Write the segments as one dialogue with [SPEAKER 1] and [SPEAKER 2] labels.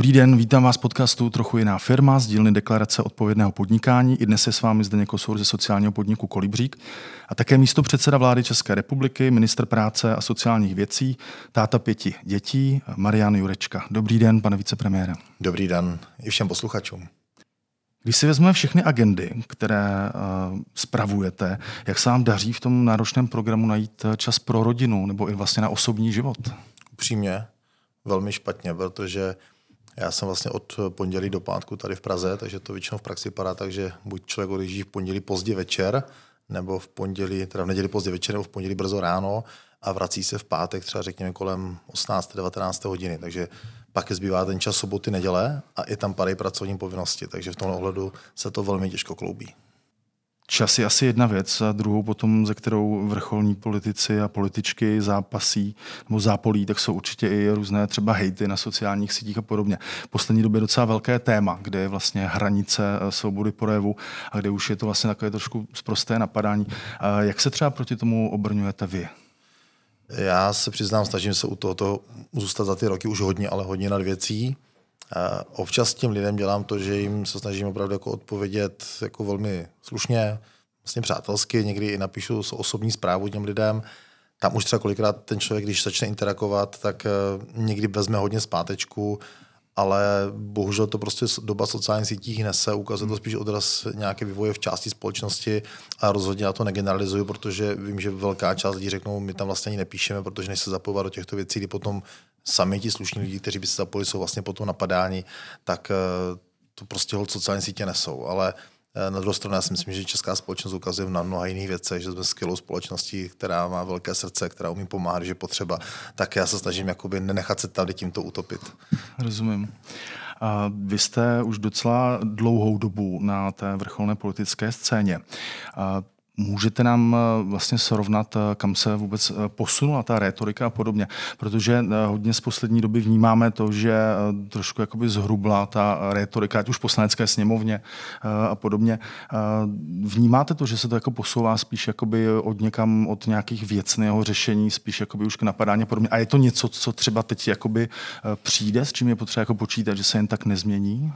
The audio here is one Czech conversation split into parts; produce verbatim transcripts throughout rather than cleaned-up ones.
[SPEAKER 1] Dobrý den, vítám vás v podcastu Trochu jiná firma z dílny Deklarace odpovědného podnikání. I dnes je s vámi Zdeněk Kosour ze sociálního podniku Kolibřík a také místopředseda vlády České republiky, ministr práce a sociálních věcí, táta pěti dětí, Marian Jurečka. Dobrý den, pane vicepremiére.
[SPEAKER 2] Dobrý den i všem posluchačům.
[SPEAKER 1] Když si vezmeme všechny agendy, které uh, spravujete, jak se vám daří v tom náročném programu najít čas pro rodinu nebo i vlastně na osobní život?
[SPEAKER 2] Upřímně, velmi špatně, protože já jsem vlastně od pondělí do pátku tady v Praze, takže to většinou v praxi vypadá tak, že buď člověk odjíždí v pondělí pozdě večer, nebo v pondělí, teda v neděli pozdě večer, nebo v pondělí brzo ráno a vrací se v pátek třeba řekněme kolem osmnáct devatenáct hodiny. Takže pak zbývá ten čas soboty, neděle a i tam padají pracovní povinnosti. Takže v tomhle ohledu se to velmi těžko kloubí.
[SPEAKER 1] Čas je asi jedna věc a druhou potom, ze kterou vrcholní politici a političky zápasí nebo zápolí, tak jsou určitě i různé třeba hejty na sociálních sítích a podobně. V poslední době je docela velké téma, kde je vlastně hranice svobody projevu a kde už je to vlastně takové trošku sprosté napadání. Jak se třeba proti tomu obrňujete vy?
[SPEAKER 2] Já se přiznám, snažím se u tohoto zůstat za ty roky už hodně, ale hodně nad věcí. Občas těm lidem dělám to, že jim se snažím opravdu jako odpovědět jako velmi slušně, vlastně přátelsky, někdy i napíšu osobní zprávu těm lidem. Tam už třeba kolikrát ten člověk, když začne interagovat, tak někdy vezme hodně zpátečku, ale bohužel to prostě doba sociálních sítích nese, ukazuje to spíš odraz nějaké vývoje v části společnosti a rozhodně já to negeneralizuju, protože vím, že velká část lidí řeknou, my tam vlastně ani nepíšeme, protože než se zapojovat do těchto věcí, kdy potom sami ti slušní lidi, kteří by se zapojili, jsou vlastně potom napadáni, tak to prostě hol sociální sítě nesou. Ale na druhou stranu já si myslím, že česká společnost ukazuje na mnoha jiných věcech, že jsme skvělou společností, která má velké srdce, která umí pomáhat, že je potřeba. Tak já se snažím jakoby nenechat se tady tímto utopit.
[SPEAKER 1] Rozumím. A vy jste už docela dlouhou dobu na té vrcholné politické scéně. A můžete nám vlastně srovnat, kam se vůbec posunula ta rétorika a podobně, protože hodně z poslední doby vnímáme to, že trošku jakoby zhrubla ta rétorika, ať už v poslanecké sněmovně a podobně. Vnímáte to, že se to jako posouvá spíš jakoby od někam, od nějakých věcného řešení, spíš jakoby už k napadání a podobně. A je to něco, co třeba teď jakoby přijde, s čím je potřeba jako počítat, že se jen tak nezmění?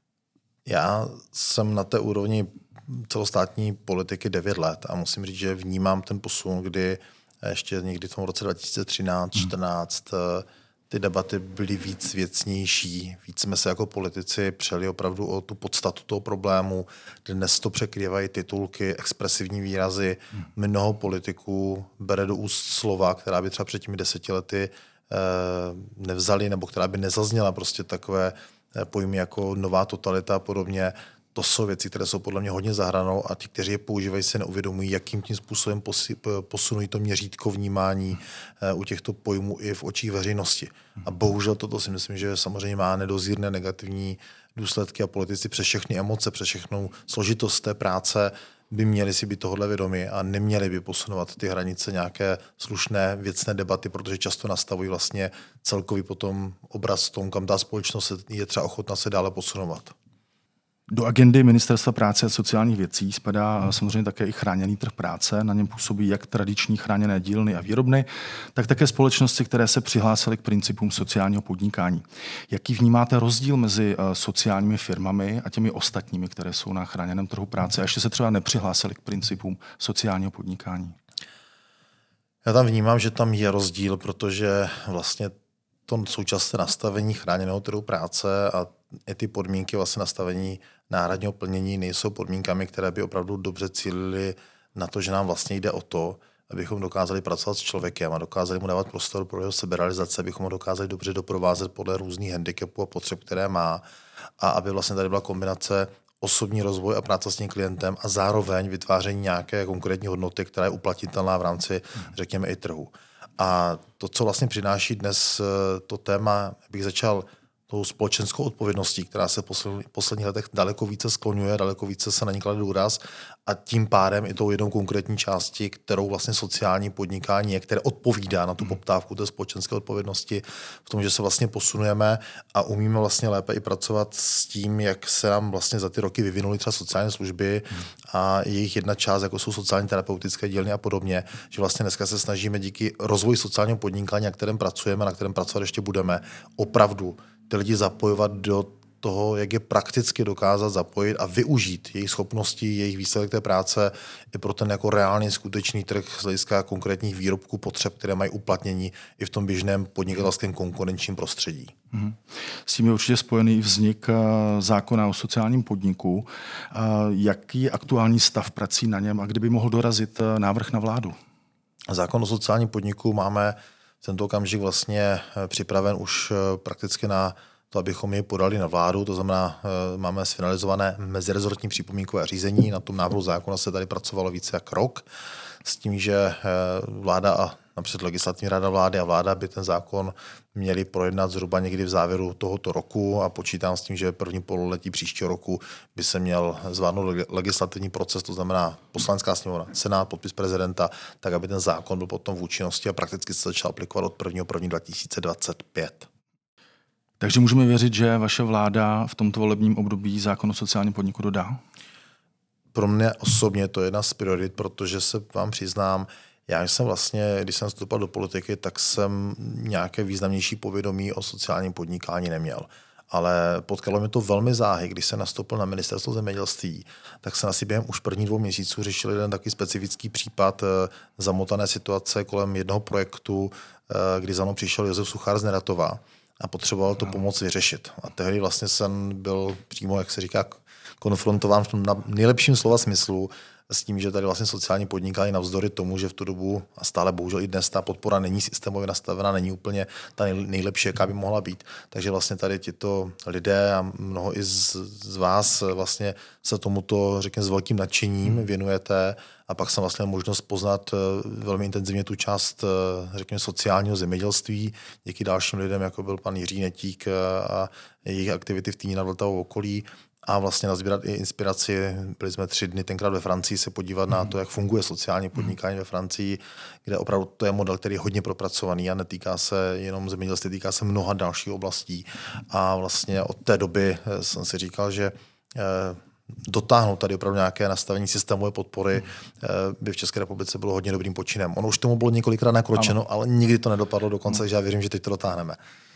[SPEAKER 2] Já jsem na té úrovni celostátní politiky devět let a musím říct, že vnímám ten posun, kdy ještě někdy v tom roce dva tisíce třináct čtrnáct ty debaty byly víc věcnější, víc jsme se jako politici přeli opravdu o tu podstatu toho problému. Dnes to překrývají titulky, expresivní výrazy. Mnoho politiků bere do úst slova, která by třeba před těmi deseti lety nevzali nebo která by nezazněla, prostě takové pojmy jako nová totalita a podobně. To jsou věci, které jsou podle mě hodně za hranou a ti, kteří je používají, se neuvědomují, jakým tím způsobem posunují to měřítko vnímání u těchto pojmů i v očích veřejnosti. A bohužel toto si myslím, že samozřejmě má nedozírné negativní důsledky a politici přes všechny emoce, přes všechnou složitost té práce by měli si být tohle vědomi a neměli by posunovat ty hranice nějaké slušné věcné debaty, protože často nastavují vlastně celkový potom obraz v tom, kam ta společnost je třeba ochotná se dále posunovat.
[SPEAKER 1] Do agendy Ministerstva práce a sociálních věcí spadá samozřejmě také i chráněný trh práce. Na něm působí jak tradiční chráněné dílny a výrobny, tak také společnosti, které se přihlásily k principům sociálního podnikání. Jaký vnímáte rozdíl mezi sociálními firmami a těmi ostatními, které jsou na chráněném trhu práce a ještě se třeba nepřihlásily k principům sociálního podnikání?
[SPEAKER 2] Já tam vnímám, že tam je rozdíl, protože vlastně to současné nastavení chráněného trhu práce a i ty podmínky vlastně nastavení náhradního plnění nejsou podmínkami, které by opravdu dobře cílily na to, že nám vlastně jde o to, abychom dokázali pracovat s člověkem a dokázali mu dávat prostor pro jeho seberealizaci, abychom ho dokázali dobře doprovázet podle různých handicapů a potřeb, které má a aby vlastně tady byla kombinace osobní rozvoj a práce s tím klientem a zároveň vytváření nějaké konkrétní hodnoty, která je uplatnitelná v rámci, řekněme, i trhu. A to, co vlastně přináší dnes to téma, bych začal tou společenskou odpovědností, která se v posledních letech daleko více skloňuje, daleko více se na ní klade důraz a tím pádem i tou jednou konkrétní části, kterou vlastně sociální podnikání je, které odpovídá na tu poptávku té společenské odpovědnosti v tom, že se vlastně posunujeme a umíme vlastně lépe i pracovat s tím, jak se nám vlastně za ty roky vyvinuly třeba sociální služby a jejich jedna část, jako jsou sociální terapeutické dílny a podobně, že vlastně dneska se snažíme díky rozvoji sociálního podnikání, na kterém pracujeme, na kterém pracovat ještě budeme, opravdu ty lidi zapojovat do toho, jak je prakticky dokázat zapojit a využít jejich schopnosti, jejich výsledek té práce i pro ten jako reálný skutečný trh z hlediska konkrétních výrobků, potřeb, které mají uplatnění i v tom běžném podnikatelském konkurenčním prostředí.
[SPEAKER 1] Mm-hmm. S tím je určitě spojený vznik zákona o sociálním podniku. Jaký je aktuální stav prací na něm a kdyby mohl dorazit návrh na vládu?
[SPEAKER 2] Zákon o sociálním podniku máme v tento okamžik vlastně připraven už prakticky na to, abychom ji podali na vládu, to znamená, máme sfinalizované mezirezortní připomínkové řízení. Na tom návrhu zákona se tady pracovalo více jak rok, s tím, že vláda a například legislativní rada vlády a vláda by ten zákon měli projednat zhruba někdy v závěru tohoto roku a počítám s tím, že první pololetí příštího roku by se měl zvládnout legislativní proces, to znamená Poslanecká sněmovna, Senát, podpis prezidenta, tak aby ten zákon byl potom v účinnosti a prakticky se začal aplikovat od prvního prvního dva tisíce dvacet pět.
[SPEAKER 1] Takže můžeme věřit, že vaše vláda v tomto volebním období zákon o sociálním podniku dodá?
[SPEAKER 2] Pro mě osobně to je jedna z priorit, protože se vám přiznám, já jsem vlastně, když jsem vstoupil do politiky, tak jsem nějaké významnější povědomí o sociálním podnikání neměl. Ale potkalo mě to velmi záhy, když jsem nastoupil na ministerstvo zemědělství, tak se asi během už prvních dvou měsíců řešil jeden takový specifický případ zamotané situace kolem jednoho projektu, kdy za mnou přišel Josef Suchár z Neratova a potřeboval to pomoc vyřešit. A tehdy vlastně jsem byl přímo, jak se říká, konfrontován v tom nejlepším slova smyslu s tím, že tady vlastně sociální podnikání navzdory tomu, že v tu dobu a stále bohužel i dnes ta podpora není systémově nastavená, není úplně ta nejlepší, jaká by mohla být. Takže vlastně tady tito lidé a mnoho i z, z vás vlastně se tomuto, řekněme, s velkým nadšením věnujete a pak jsem vlastně možnost poznat velmi intenzivně tu část, řekněme, sociálního zemědělství díky dalším lidem, jako byl pan Jiří Netík a jejich aktivity v Týni nad Vltavou okolí. A vlastně nazbírat i inspiraci. Byli jsme tři dny tenkrát ve Francii se podívat mm. na to, jak funguje sociální podnikání mm. ve Francii, kde opravdu to je model, který je hodně propracovaný a netýká se jenom zemědělství, týká se mnoha dalších oblastí. A vlastně od té doby jsem si říkal, že dotáhnout tady opravdu nějaké nastavení systémové podpory by v České republice bylo hodně dobrým počinem. Ono už tomu bylo několikrát nakročeno, ano. ale nikdy to nedopadlo do konce, takže já věřím, že teď to dotáhneme.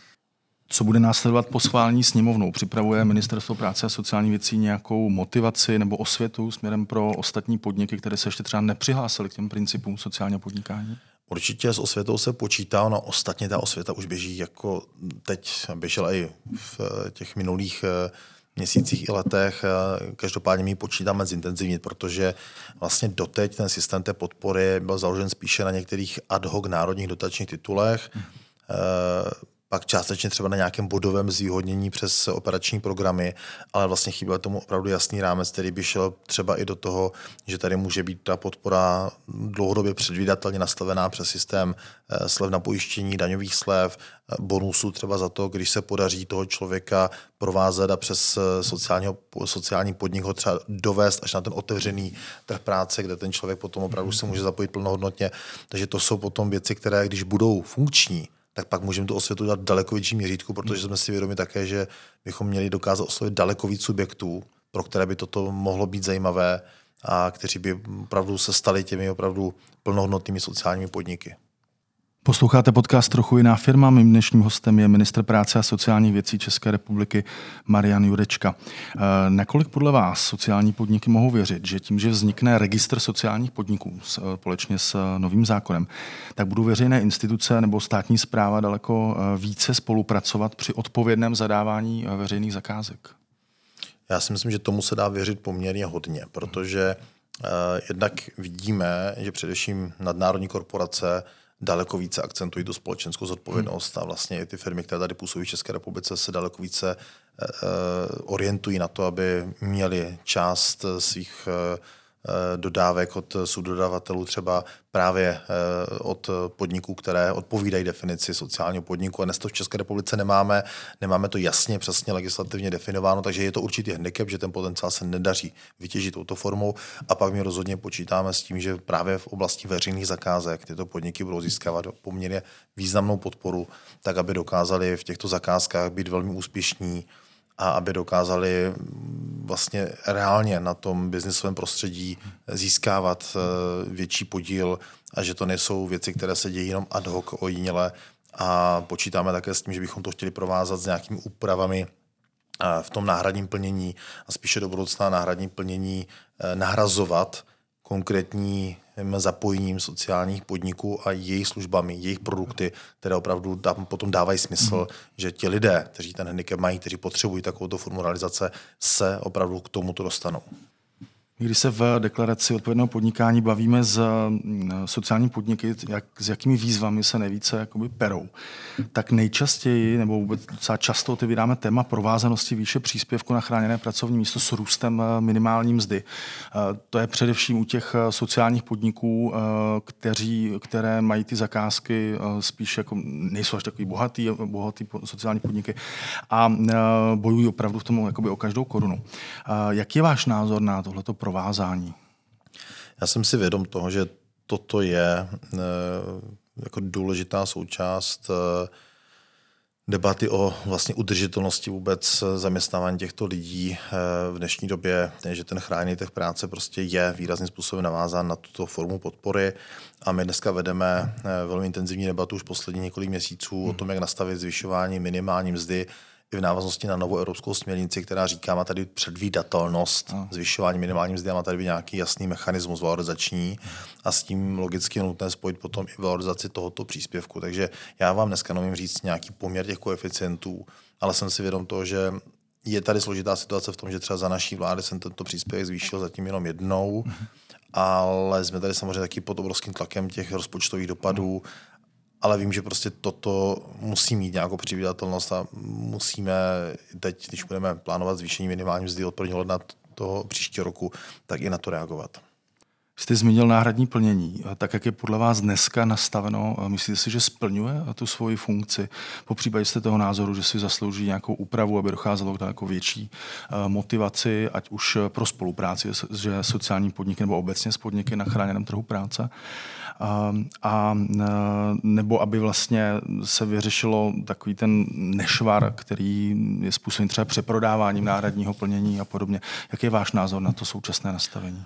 [SPEAKER 1] Co bude následovat po schválení sněmovnou? Připravuje Ministerstvo práce a sociální věcí nějakou motivaci nebo osvětu směrem pro ostatní podniky, které se ještě třeba nepřihlásily k těm principům sociálního podnikání?
[SPEAKER 2] Určitě s osvětou se počítá, no ostatně ta osvěta už běží jako teď, běžela i v těch minulých měsících i letech. Každopádně my počítáme zintenzivnit, protože vlastně doteď ten systém té podpory byl založen spíše na některých ad hoc národních dotačních titulech, hmm. pak částečně třeba na nějakém bodovém zvýhodnění přes operační programy, ale vlastně chyběl tomu opravdu jasný rámec, který by šel třeba i do toho, že tady může být ta podpora dlouhodobě předvídatelně nastavená přes systém slev na pojištění, daňových slev, bonusů třeba za to, když se podaří toho člověka provázet a přes sociálního, sociální podnik ho třeba dovést až na ten otevřený trh práce, kde ten člověk potom opravdu se může zapojit plnohodnotně. Takže to jsou potom věci, které když budou funkční, tak pak můžeme tu osvětu dát daleko větší měřítku, protože jsme si vědomi také, že bychom měli dokázat oslovit daleko víc subjektů, pro které by toto mohlo být zajímavé a kteří by opravdu se stali těmi opravdu plnohodnotnými sociálními podniky.
[SPEAKER 1] Posloucháte podcast Trochu jiná firma. Mým dnešním hostem je ministr práce a sociálních věcí České republiky Marian Jurečka. Nakolik podle vás sociální podniky mohou věřit, že tím, že vznikne registr sociálních podniků společně s novým zákonem, tak budou veřejné instituce nebo státní správa daleko více spolupracovat při odpovědném zadávání veřejných zakázek?
[SPEAKER 2] Já si myslím, že tomu se dá věřit poměrně hodně, protože uh, jednak vidíme, že především nadnárodní korporace daleko více akcentují tu společenskou zodpovědnost a vlastně i ty firmy, které tady působí v České republice, se daleko více uh, orientují na to, aby měli část svých uh, dodávek od subdodavatelů třeba právě od podniků, které odpovídají definici sociálního podniku. A dnes to v České republice nemáme, nemáme to jasně, přesně legislativně definováno, takže je to určitý handicap, že ten potenciál se nedaří vytěžit touto formou. A pak my rozhodně počítáme s tím, že právě v oblasti veřejných zakázek tyto podniky budou získávat poměrně významnou podporu, tak aby dokázali v těchto zakázkách být velmi úspěšní a aby dokázali vlastně reálně na tom biznisovém prostředí získávat větší podíl a že to nejsou věci, které se dějí jenom ad hoc ojediněle, a počítáme také s tím, že bychom to chtěli provázat s nějakými úpravami v tom náhradním plnění a spíše do budoucna náhradní plnění nahrazovat konkrétním zapojením sociálních podniků a jejich službami, jejich produkty, které opravdu potom dávají smysl, mm. že ti lidé, kteří ten handicap mají, kteří potřebují takovouto formu realizace, se opravdu k tomuto dostanou.
[SPEAKER 1] Když se v deklaraci odpovědného podnikání bavíme s sociálními podniky, jak, s jakými výzvami se nejvíce jakoby perou, tak nejčastěji, nebo vůbec docela často otevíráme téma provázanosti výše příspěvku na chráněné pracovní místo s růstem minimální mzdy. To je především u těch sociálních podniků, kteří, které mají ty zakázky spíš jako, nejsou až takový bohatý, bohatý sociální podniky a bojují opravdu v tom jakoby o každou korunu. Jaký je váš názor na tohleto provázání?
[SPEAKER 2] Já jsem si vědom toho, že toto je e, jako důležitá součást e, debaty o vlastně udržitelnosti vůbec zaměstnávání těchto lidí e, v dnešní době, že ten chráněný trh práce prostě je výrazným způsobem navázán na tuto formu podpory a my dneska vedeme e, velmi intenzivní debatu už poslední několik měsíců hmm. o tom, jak nastavit zvyšování minimální mzdy i v návaznosti na novou evropskou směrnici, která říká, má tady předvídatelnost no. zvyšování minimální mzdy a má tady nějaký jasný mechanismus valorizační a s tím logicky je nutné spojit potom i valorizaci tohoto příspěvku. Takže já vám dneska nevím říct nějaký poměr těch koeficientů, ale jsem si vědom toho, že je tady složitá situace v tom, že třeba za naší vlády jsem tento příspěvek zvýšil zatím jenom jednou, mm. ale jsme tady samozřejmě taky pod obrovským tlakem těch rozpočtových dopadů, mm. ale vím, že prostě toto musí mít nějakou předvídatelnost a musíme teď, když budeme plánovat zvýšení minimální mzdy od prvního ledna toho příštího roku, tak i na to reagovat.
[SPEAKER 1] Jste zmínil náhradní plnění. Tak, jak je podle vás dneska nastaveno, myslíte si, že splňuje tu svoji funkci? Popřípadě jste toho názoru, že si zaslouží nějakou úpravu, aby docházelo k daleko větší motivaci, ať už pro spolupráci s sociální podniky nebo obecně s podniky na chráněném trhu práce? A, a nebo aby vlastně se vyřešilo takový ten nešvar, který je způsoben třeba přeprodáváním náhradního plnění a podobně. Jaký je váš názor na to současné nastavení?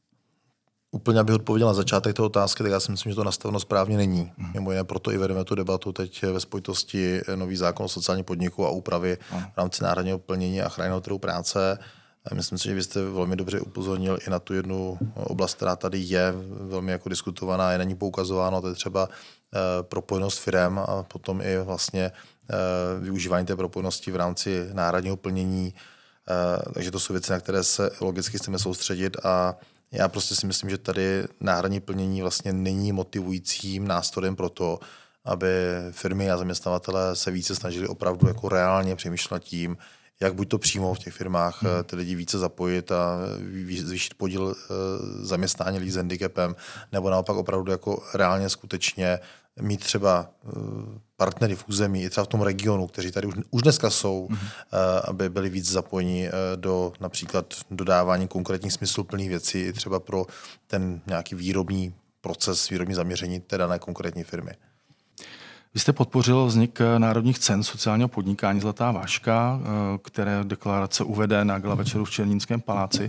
[SPEAKER 2] Úplně abych odpověděl na začátek té otázky, tak já si myslím, že to nastaveno správně není. Mm. Mimo jiné proto i vedeme tu debatu teď ve spojitosti nový zákon o sociálním podniku a úpravy mm. v rámci náhradního plnění a chráněného trhu práce. A myslím si, že vy jste velmi dobře upozornil i na tu jednu oblast, která tady je velmi jako diskutovaná, je na ní poukazováno, to je třeba eh, propojenost firem a potom i vlastně eh, využívání té propojenosti v rámci náhradního plnění. Eh, takže to jsou věci, na které se logicky chceme soustředit a já prostě si myslím, že tady náhradní plnění vlastně není motivujícím nástrojem pro to, aby firmy a zaměstnavatelé se více snažili opravdu jako reálně přemýšlet tím, jak buď to přímo v těch firmách hmm. ty lidi více zapojit a zvýšit podíl zaměstnání lidí s handicapem, nebo naopak opravdu jako reálně skutečně mít třeba partnery v území, i třeba v tom regionu, kteří tady už, už dneska jsou, hmm. aby byli víc zapojeni do například dodávání konkrétních smysluplných věcí, i třeba pro ten nějaký výrobní proces, výrobní zaměření té dané konkrétní firmy.
[SPEAKER 1] Vy jste podpořil vznik národních cen sociálního podnikání Zlatá vážka, které deklarace uvede na gala večeru v Černínském paláci.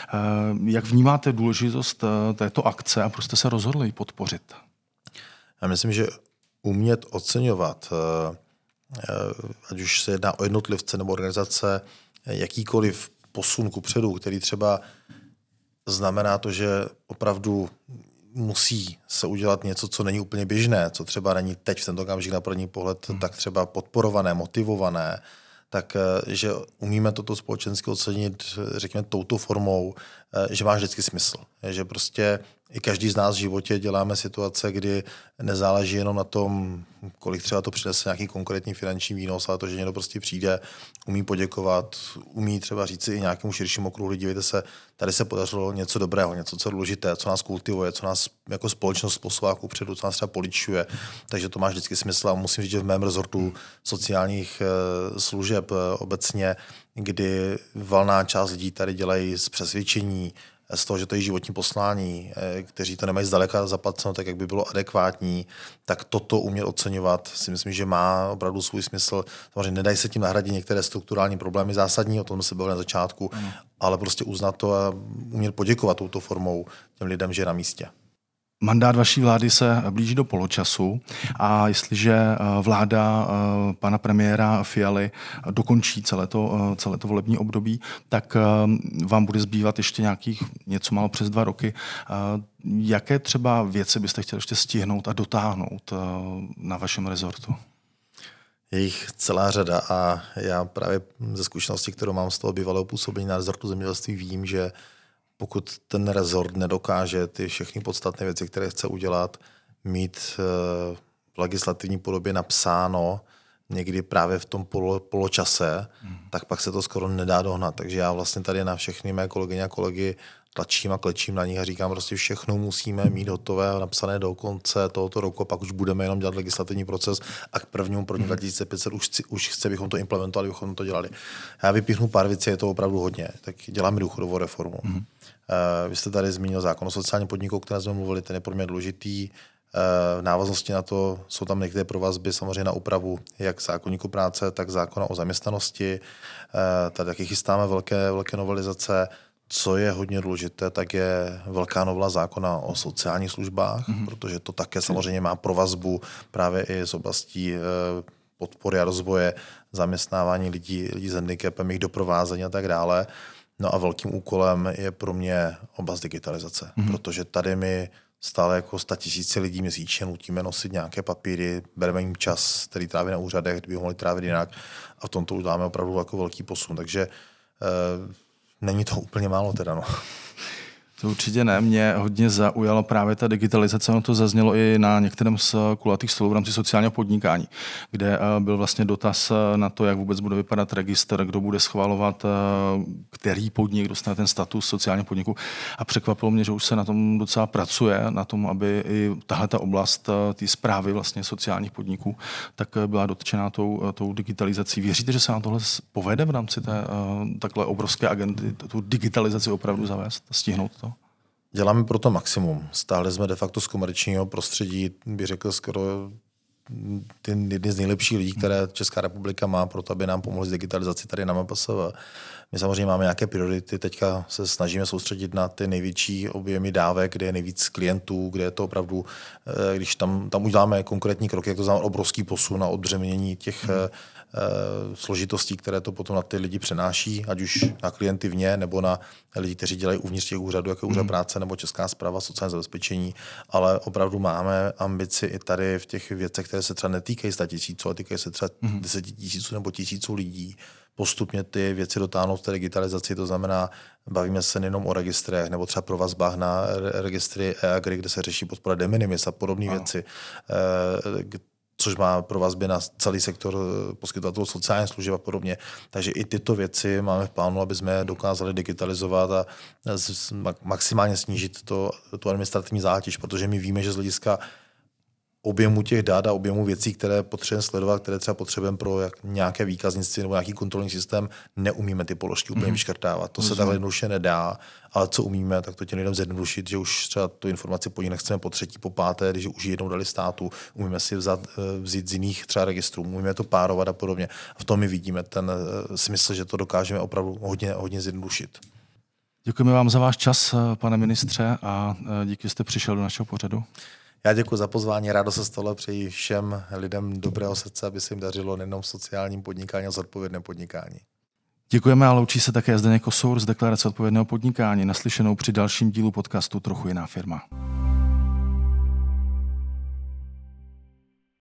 [SPEAKER 1] Jak vnímáte důležitost této akce a proč jste se rozhodli ji podpořit?
[SPEAKER 2] Já myslím, že umět oceňovat, ať už se jedná o jednotlivce nebo organizace, jakýkoliv posun kupředu, který třeba znamená to, že opravdu musí se udělat něco, co není úplně běžné, co třeba není teď v tento okamžik na první pohled hmm. tak třeba podporované, motivované, tak že umíme toto společensky ocenit, řekněme, touto formou, že má vždycky smysl. Že prostě i každý z nás v životě děláme situace, kdy nezáleží jenom na tom, kolik třeba to přinese nějaký konkrétní finanční výnos, ale to, že někdo prostě přijde, umí poděkovat, umí třeba říct si i nějakému širšímu okruhu lidí, dívejte se, tady se podařilo něco dobrého, něco, co je důležité, co nás kultivuje, co nás jako společnost posouvá kupředu, co nás třeba poličuje. Takže to má vždycky smysl a musím říct, že v mém rezortu sociálních služeb obecně, kdy valná část lidí tady dělají z přesvědčení, z toho, že to je životní poslání, kteří to nemají zdaleka zaplaceno tak, jak by bylo adekvátní, tak toto umět oceňovat si myslím, že má opravdu svůj smysl. Samozřejmě nedají se tím nahradit některé strukturální problémy zásadní, o tom se bavili na začátku, mm. ale prostě uznat to a umět poděkovat touto formou těm lidem, že je na místě.
[SPEAKER 1] Mandát vaší vlády se blíží do poločasu a jestliže vláda pana premiéra Fialy dokončí celé to, celé to volební období, tak vám bude zbývat ještě nějakých něco málo přes dva roky. Jaké třeba věci byste chtěli ještě stihnout a dotáhnout na vašem rezortu?
[SPEAKER 2] Je jich celá řada a já právě ze zkušenosti, kterou mám z toho bývalého působení na rezortu zemědělství, vím, že pokud ten rezort nedokáže ty všechny podstatné věci, které chce udělat, mít v legislativní podobě napsáno někdy právě v tom polo, poločase, hmm. tak pak se to skoro nedá dohnat. Takže já vlastně tady na všechny mé kolegyně a kolegy tlačím a klečím na nich a říkám, prostě všechno musíme mít hotové, napsané do konce tohoto roku, pak už budeme jenom dělat legislativní proces a k prvnímu první dva tisíce pět set už, už chce, bychom to implementovali, bychom to dělali. Já vypíchnu pár věcí, je to opravdu hodně. Tak děláme důchodovou reformu. Mm. Uh, vy jste tady zmínil zákon o sociálním podniku, o kterém jsme mluvili, ten je pro mě důležitý. V návaznosti na to jsou tam některé provazby samozřejmě na úpravu jak zákoníku práce, tak zákona o zaměstnanosti. Tady taky chystáme velké, velké novelizace. Co je hodně důležité, tak je velká novela zákona o sociálních službách, mm-hmm. protože to také samozřejmě má provazbu právě i z oblastí podpory a rozvoje, zaměstnávání lidí, lidí s handicapem, jejich doprovázení a tak dále. No a velkým úkolem je pro mě oblast digitalizace, mm-hmm. protože tady my stále jako statisíce lidí měsíčně nutíme nosit nějaké papíry, bereme jim čas, který tráví na úřadech, kdyby ho mohli trávit jinak a v tomto už dáme opravdu jako velký posun. Takže eh, není to úplně málo teda. No.
[SPEAKER 1] To určitě ne. Mě hodně zaujala právě ta digitalizace. Ono to zaznělo i na některém z kulatých stolů v rámci sociálního podnikání, kde byl vlastně dotaz na to, jak vůbec bude vypadat registr, kdo bude schvalovat, který podnik dostane ten status sociálního podniku. A překvapilo mě, že už se na tom docela pracuje, na tom, aby i tahle ta oblast té správy vlastně sociálních podniků tak byla dotčená tou, tou digitalizací. Věříte, že se nám tohle povede v rámci té takhle obrovské agendy, tu digitalizaci opravdu zavést a stihnout to?
[SPEAKER 2] Děláme pro to maximum. Stále jsme de facto z komerčního prostředí, bych řekl, skoro ty jedny z nejlepších lidí, které Česká republika má pro to, aby nám pomohli s digitalizací tady na M P S V. My samozřejmě máme nějaké priority, teďka se snažíme soustředit na ty největší objemy dávek, kde je nejvíc klientů, kde je to opravdu, když tam, tam uděláme konkrétní kroky, jak to znamená obrovský posun na odbřemenění těch hmm. složitostí, které to potom na ty lidi přenáší, ať už na klienty vně, nebo na lidi, kteří dělají uvnitř těch úřadů, jako úřad práce nebo Česká správa sociální zabezpečení, ale opravdu máme ambici i tady v těch věcech, které se třeba netýkají sta tisíců, ale týkají se třeba deseti tisíců nebo tisíců lidí, postupně ty věci dotáhnout v té digitalizaci, to znamená, bavíme se nejenom o registrech nebo třeba pro vazbách na registry e-agri, kde se řeší podpora de minimis a podobné věci, což má pro vazby na celý sektor poskytovatelů sociálních služeb a podobně. Takže i tyto věci máme v plánu, aby jsme dokázali digitalizovat a maximálně snížit to, tu administrativní zátěž, protože my víme, že z hlediska objemu těch dat a objemu věcí, které potřebujeme sledovat, které třeba potřebujeme pro jak nějaké výkaznictví nebo nějaký kontrolní systém, neumíme ty položky úplně mm-hmm. vyškrtávat. To se takhle jednoduše nedá, ale co umíme, tak to tě nejdem zjednodušit, že už třeba tu informaci po ní nechceme po třetí, po páté, když už ji jednou dali státu, umíme si vzat, vzít z jiných třeba registrů, umíme to párovat a podobně. A v tom my vidíme ten smysl, že to dokážeme opravdu hodně, hodně zjednodušit.
[SPEAKER 1] Děkujeme vám za váš čas, pane ministře, a díky, že jste přišel do našeho pořadu.
[SPEAKER 2] Já děkuji za pozvání, rádo se z tohle přeji všem lidem dobrého srdce, aby se jim dařilo nejenom v sociálním podnikání a zodpovědném podnikání.
[SPEAKER 1] Děkujeme a loučí se také Zdeněk Kosour z Deklarace odpovědného podnikání, naslyšenou při dalším dílu podcastu Trochu jiná firma.